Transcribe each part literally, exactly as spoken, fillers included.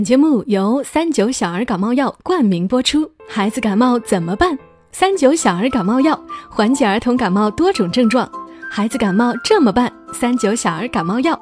本节目由三九小儿感冒药冠名播出。孩子感冒怎么办？三九小儿感冒药缓解儿童感冒多种症状。孩子感冒这么办？三九小儿感冒药。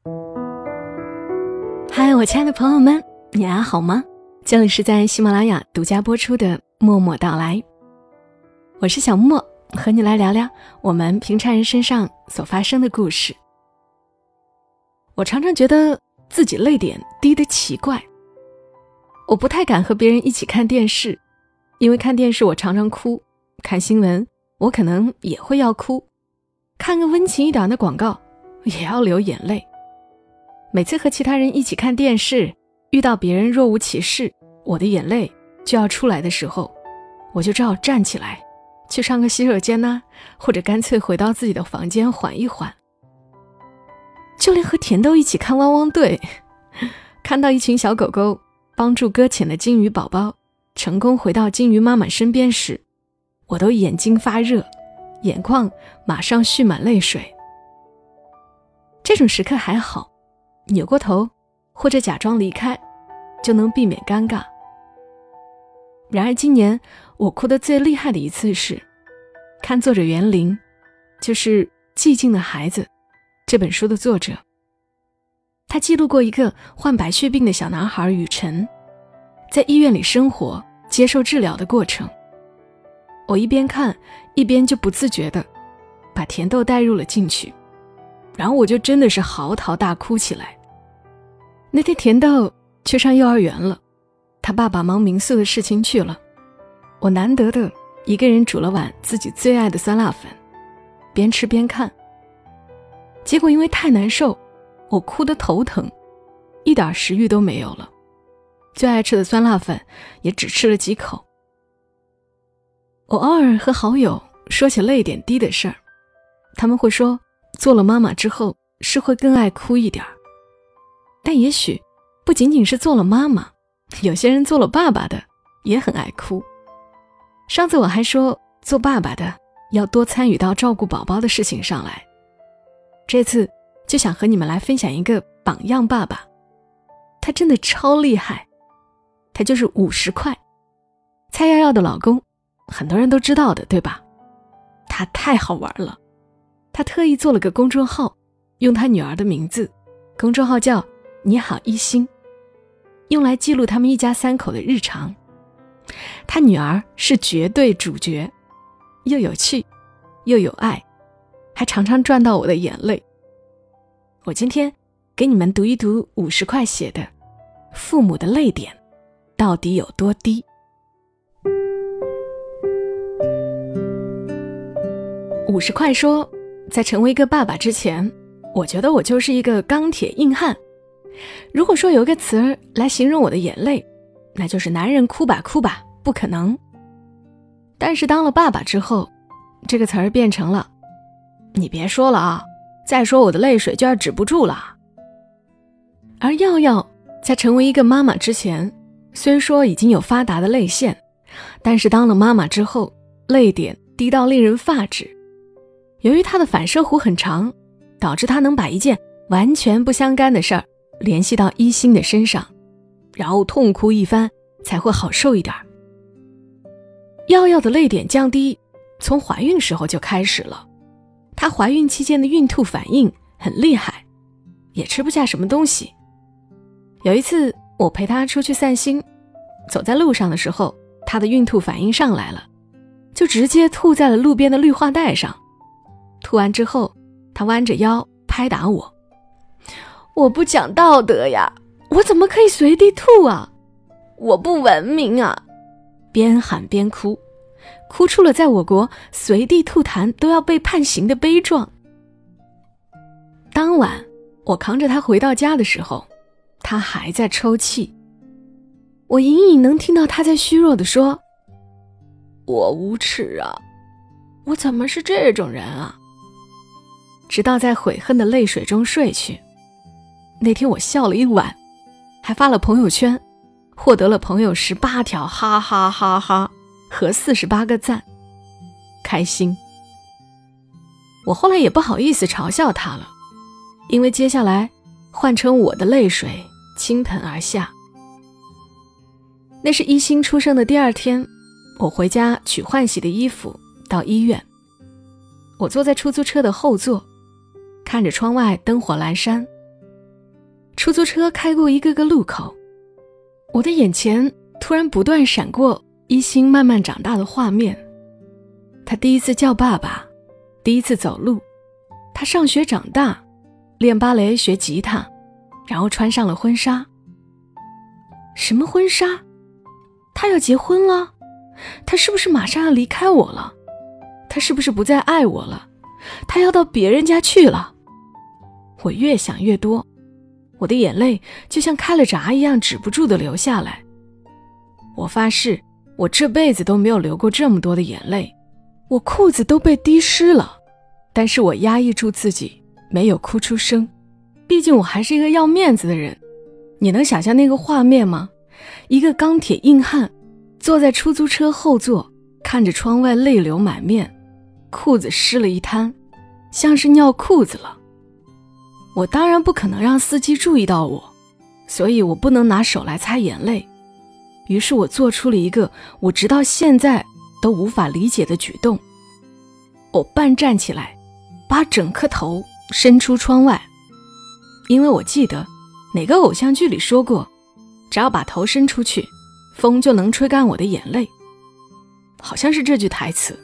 嗨，我亲爱的朋友们，你还好吗？这里是在喜马拉雅独家播出的默默到来，我是小默，和你来聊聊我们平常人身上所发生的故事。我常常觉得自己泪点低得奇怪，我不太敢和别人一起看电视，因为看电视我常常哭，看新闻我可能也会要哭，看个温情一点的广告也要流眼泪。每次和其他人一起看电视，遇到别人若无其事，我的眼泪就要出来的时候，我就只好站起来去上个洗手间啊，或者干脆回到自己的房间缓一缓。就连和甜豆一起看汪汪队，看到一群小狗狗帮助搁浅的金鱼宝宝成功回到金鱼妈妈身边时，我都眼睛发热，眼眶马上蓄满泪水。这种时刻还好，扭过头或者假装离开就能避免尴尬。然而今年我哭得最厉害的一次是看作者袁林，就是《寂静的孩子》这本书的作者。他记录过一个患白血病的小男孩雨晨在医院里生活接受治疗的过程。我一边看一边就不自觉地把甜豆带入了进去，然后我就真的是嚎啕大哭起来。那天甜豆去上幼儿园了，他爸爸忙民宿的事情去了，我难得的一个人煮了碗自己最爱的酸辣粉，边吃边看。结果因为太难受，我哭得头疼，一点食欲都没有了，最爱吃的酸辣粉也只吃了几口。我偶尔和好友说起泪点低的事儿，他们会说做了妈妈之后是会更爱哭一点，但也许不仅仅是做了妈妈，有些人做了爸爸的也很爱哭。上次我还说做爸爸的要多参与到照顾宝宝的事情上来，这次就想和你们来分享一个榜样爸爸，他真的超厉害。他就是五十块，蔡耀耀的老公，很多人都知道的，对吧？他太好玩了，他特意做了个公众号，用他女儿的名字，公众号叫你好一心，用来记录他们一家三口的日常。他女儿是绝对主角，又有趣又有爱，还常常赚到我的眼泪。我今天给你们读一读五十块写的父母的泪点到底有多低。五十块说，在成为一个爸爸之前，我觉得我就是一个钢铁硬汉。如果说有一个词儿来形容我的眼泪，那就是男人哭吧哭吧不可能。但是当了爸爸之后，这个词儿变成了你别说了啊，再说我的泪水就要止不住了。而耀耀在成为一个妈妈之前，虽说已经有发达的泪腺，但是当了妈妈之后，泪点低到令人发指。由于她的反射弧很长，导致她能把一件完全不相干的事儿联系到一心的身上，然后痛哭一番才会好受一点。耀耀的泪点降低从怀孕时候就开始了，她怀孕期间的孕吐反应很厉害，也吃不下什么东西。有一次我陪她出去散心，走在路上的时候，她的孕吐反应上来了，就直接吐在了路边的绿化带上。吐完之后，她弯着腰拍打我，我不讲道德呀，我怎么可以随地吐啊，我不文明啊，边喊边哭，哭出了在我国随地吐痰都要被判刑的悲状。当晚我扛着他回到家的时候，他还在抽泣，我隐隐能听到他在虚弱地说，我无耻啊，我怎么是这种人啊。直到在悔恨的泪水中睡去。那天我笑了一晚，还发了朋友圈，获得了朋友十八条哈哈哈哈和四十八个赞，开心。我后来也不好意思嘲笑他了，因为接下来换成我的泪水倾盆而下， 那是一星出生的第二天，我回家取换洗的衣服到医院。我坐在出租车的后座，看着窗外灯火阑珊。出租车开过一个个路口，我的眼前突然不断闪过一星慢慢长大的画面。他第一次叫爸爸，第一次走路，他上学长大，练芭蕾学吉他，然后穿上了婚纱。什么婚纱？他要结婚了？他是不是马上要离开我了？他是不是不再爱我了？他要到别人家去了？我越想越多，我的眼泪就像开了闸一样止不住地流下来。我发誓，我这辈子都没有流过这么多的眼泪，我裤子都被滴湿了，但是我压抑住自己，没有哭出声。毕竟我还是一个要面子的人。你能想象那个画面吗？一个钢铁硬汉坐在出租车后座，看着窗外泪流满面，裤子湿了一滩，像是尿裤子了。我当然不可能让司机注意到我，所以我不能拿手来擦眼泪。于是我做出了一个我直到现在都无法理解的举动。我半站起来，把整颗头伸出窗外，因为我记得哪个偶像剧里说过，只要把头伸出去，风就能吹干我的眼泪，好像是这句台词。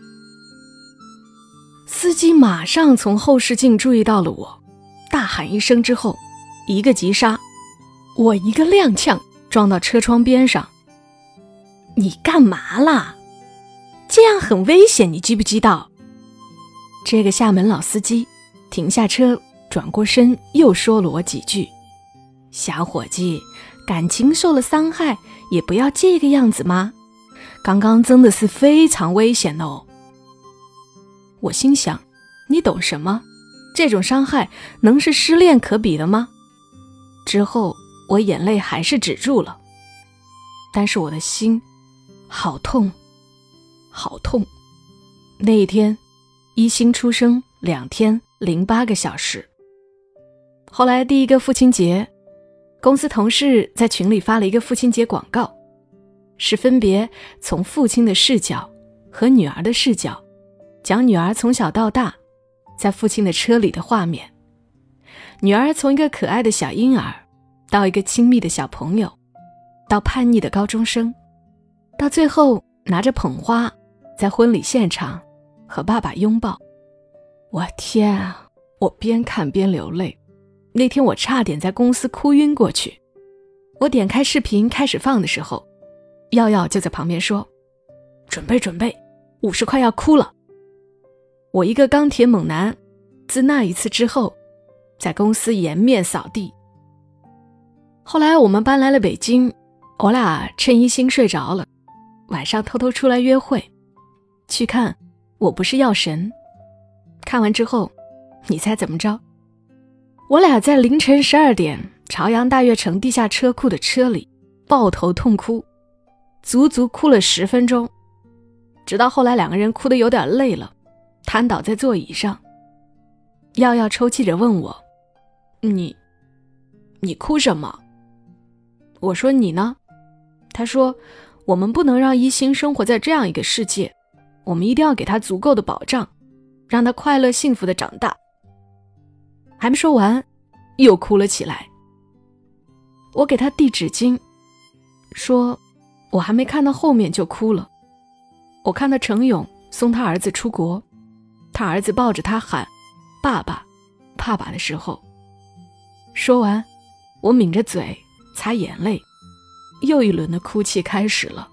司机马上从后视镜注意到了我，大喊一声之后，一个急刹，我一个踉跄撞到车窗边上。你干嘛啦？这样很危险，你知不知道？这个厦门老司机停下车，转过身又说了我几句。小伙计，感情受了伤害也不要这个样子吗？刚刚真的是非常危险的哦。我心想，你懂什么？这种伤害能是失恋可比的吗？之后我眼泪还是止住了，但是我的心好痛好痛。那一天一星出生两天零八个小时。后来第一个父亲节，公司同事在群里发了一个父亲节广告，是分别从父亲的视角和女儿的视角，讲女儿从小到大在父亲的车里的画面。女儿从一个可爱的小婴儿，到一个亲密的小朋友，到叛逆的高中生，到最后拿着捧花在婚礼现场和爸爸拥抱。我天啊，我边看边流泪。那天我差点在公司哭晕过去。我点开视频开始放的时候，耀耀就在旁边说，准备准备，五十快要哭了。我一个钢铁猛男，自那一次之后在公司颜面扫地。后来我们搬来了北京，我俩趁一星睡着了，晚上偷偷出来约会，去看我不是药神。看完之后，你猜怎么着？我俩在凌晨十二点朝阳大悦城地下车库的车里抱头痛哭，足足哭了十分钟，直到后来两个人哭得有点累了，瘫倒在座椅上。耀耀抽泣着问我，你你哭什么？我说你呢？他说，我们不能让一星生活在这样一个世界，我们一定要给他足够的保障，让他快乐幸福的长大。还没说完，又哭了起来。我给他递纸巾，说我还没看到后面就哭了。我看到程勇送他儿子出国，他儿子抱着他喊爸爸爸爸的时候。说完，我抿着嘴擦眼泪，又一轮的哭泣开始了。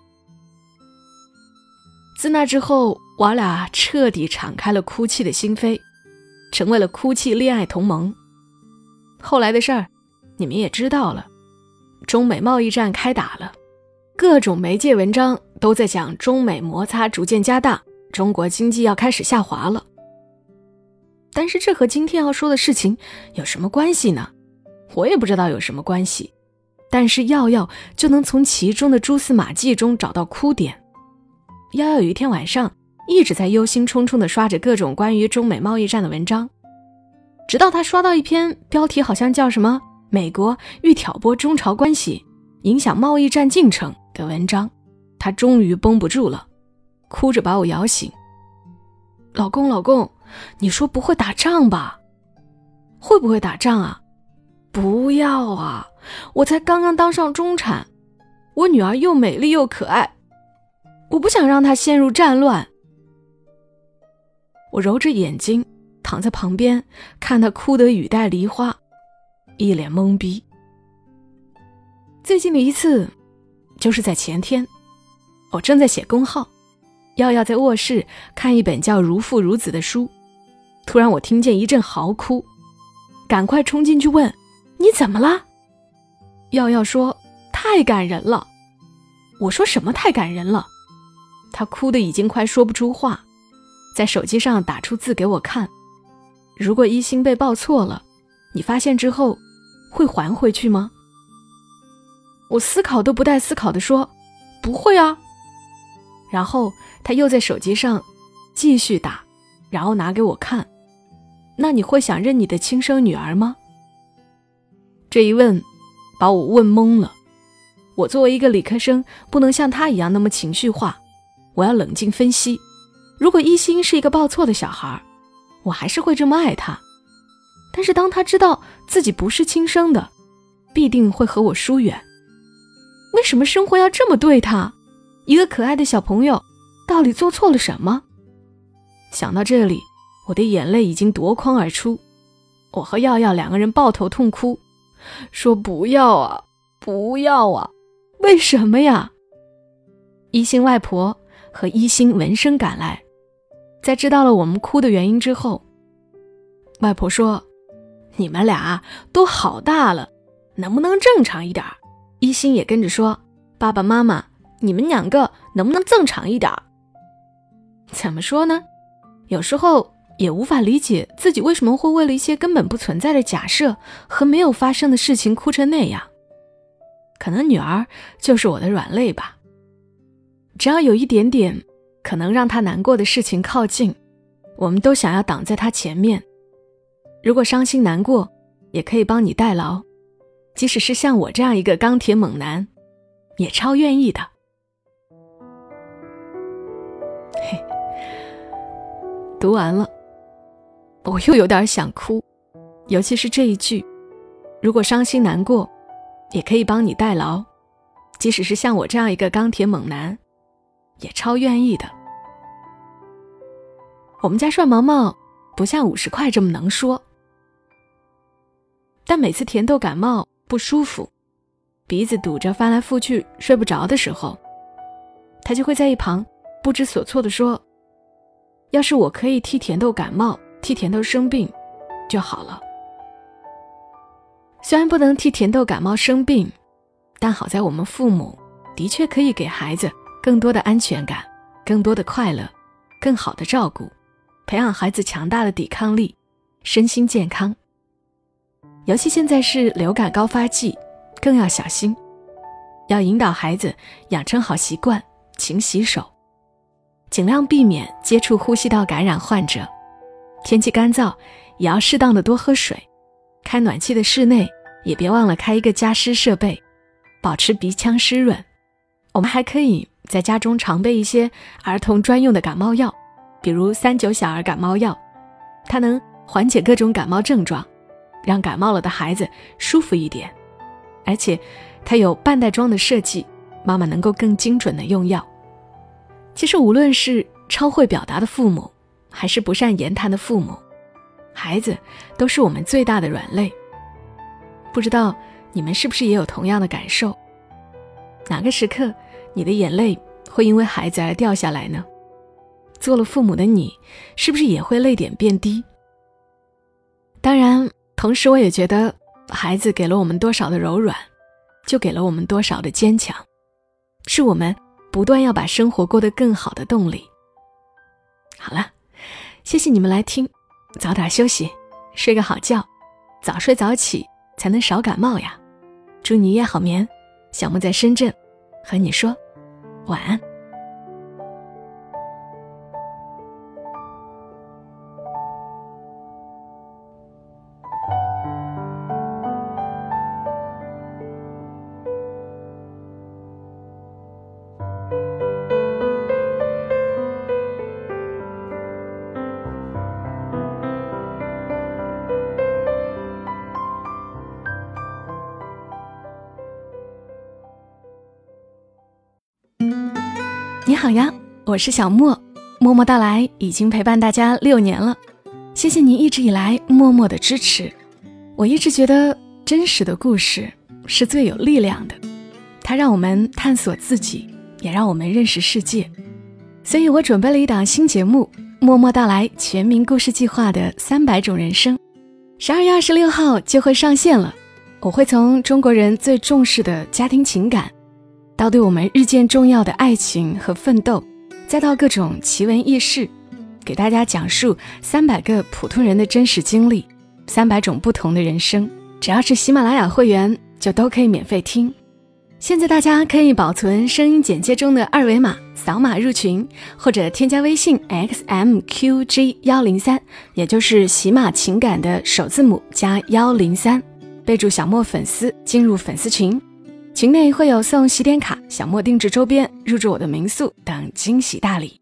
自那之后，我俩彻底敞开了哭泣的心扉，成为了哭泣恋爱同盟。后来的事儿你们也知道了，中美贸易战开打了，各种媒介文章都在讲中美摩擦逐渐加大，中国经济要开始下滑了。但是这和今天要说的事情有什么关系呢？我也不知道有什么关系，但是耀耀就能从其中的蛛丝马迹中找到哭点。耀耀有一天晚上一直在忧心忡忡地刷着各种关于中美贸易战的文章，直到他刷到一篇标题好像叫什么美国欲挑拨中朝关系，影响贸易战进程的文章，他终于绷不住了，哭着把我摇醒。老公老公，你说不会打仗吧？会不会打仗啊？不要啊，我才刚刚当上中产，我女儿又美丽又可爱，我不想让她陷入战乱。我揉着眼睛躺在旁边，看她哭得语带梨花，一脸懵逼。最近的一次就是在前天，我正在写公号，耀耀在卧室看一本叫《如父如子》的书，突然我听见一阵嚎哭，赶快冲进去问你怎么了？耀耀说太感人了。我说什么太感人了？他哭得已经快说不出话，在手机上打出字给我看。如果一心被报错了，你发现之后会还回去吗？我思考都不带思考地说不会啊。然后他又在手机上继续打，然后拿给我看。那你会想认你的亲生女儿吗？这一问把我问懵了。我作为一个理科生，不能像他一样那么情绪化，我要冷静分析。如果一心是一个报错的小孩，我还是会这么爱他。但是当他知道自己不是亲生的，必定会和我疏远。为什么生活要这么对他？一个可爱的小朋友到底做错了什么？想到这里，我的眼泪已经夺眶而出。我和耀耀两个人抱头痛哭，说不要啊，不要啊，为什么呀？一心外婆和一心闻声赶来，在知道了我们哭的原因之后，外婆说，你们俩都好大了，能不能正常一点？一心也跟着说，爸爸妈妈，你们两个能不能正常一点？怎么说呢？有时候也无法理解自己为什么会为了一些根本不存在的假设和没有发生的事情哭成那样。可能女儿就是我的软肋吧，只要有一点点可能让她难过的事情靠近，我们都想要挡在她前面。如果伤心难过，也可以帮你代劳，即使是像我这样一个钢铁猛男，也超愿意的。嘿，读完了，我又有点想哭，尤其是这一句，如果伤心难过，也可以帮你代劳，即使是像我这样一个钢铁猛男，也超愿意的。我们家帅毛毛不像五十块这么能说，但每次甜豆感冒不舒服，鼻子堵着翻来覆去睡不着的时候，他就会在一旁不知所措地说，要是我可以替甜豆感冒，替甜豆生病就好了。虽然不能替甜豆感冒生病，但好在我们父母的确可以给孩子更多的安全感，更多的快乐，更好的照顾，培养孩子强大的抵抗力，身心健康。尤其现在是流感高发季，更要小心，要引导孩子养成好习惯，勤洗手，尽量避免接触呼吸道感染患者。天气干燥，也要适当的多喝水。开暖气的室内，也别忘了开一个加湿设备，保持鼻腔湿润。我们还可以在家中常备一些儿童专用的感冒药，比如三九小儿感冒药，它能缓解各种感冒症状，让感冒了的孩子舒服一点。而且它有半袋装的设计，妈妈能够更精准的用药。其实无论是超会表达的父母，还是不善言谈的父母，孩子都是我们最大的软肋。不知道你们是不是也有同样的感受？哪个时刻你的眼泪会因为孩子而掉下来呢？做了父母的你，是不是也会泪点变低？当然，同时我也觉得孩子给了我们多少的柔软，就给了我们多少的坚强，是我们不断要把生活过得更好的动力。好了，谢谢你们来听，早点休息，睡个好觉，早睡早起才能少感冒呀。祝你夜好眠，小木在深圳和你说晚安。 你好呀，我是小莫，默默到来已经陪伴大家六年了，谢谢您一直以来默默的支持。我一直觉得真实的故事是最有力量的，它让我们探索自己，也让我们认识世界。所以我准备了一档新节目，默默到来全民故事计划的三百种人生，十二月二十六号就会上线了。我会从中国人最重视的家庭情感，到对我们日渐重要的爱情和奋斗，再到各种奇闻异事，给大家讲述三百个普通人的真实经历，三百种不同的人生。只要是喜马拉雅会员就都可以免费听。现在大家可以保存声音简介中的二维码，扫码入群，或者添加微信 X M Q G 一零三， 也就是喜马情感的首字母加一零三，备注小莫粉丝，进入粉丝群。群内会有送喜点卡、小莫定制周边、入住我的民宿等惊喜大礼。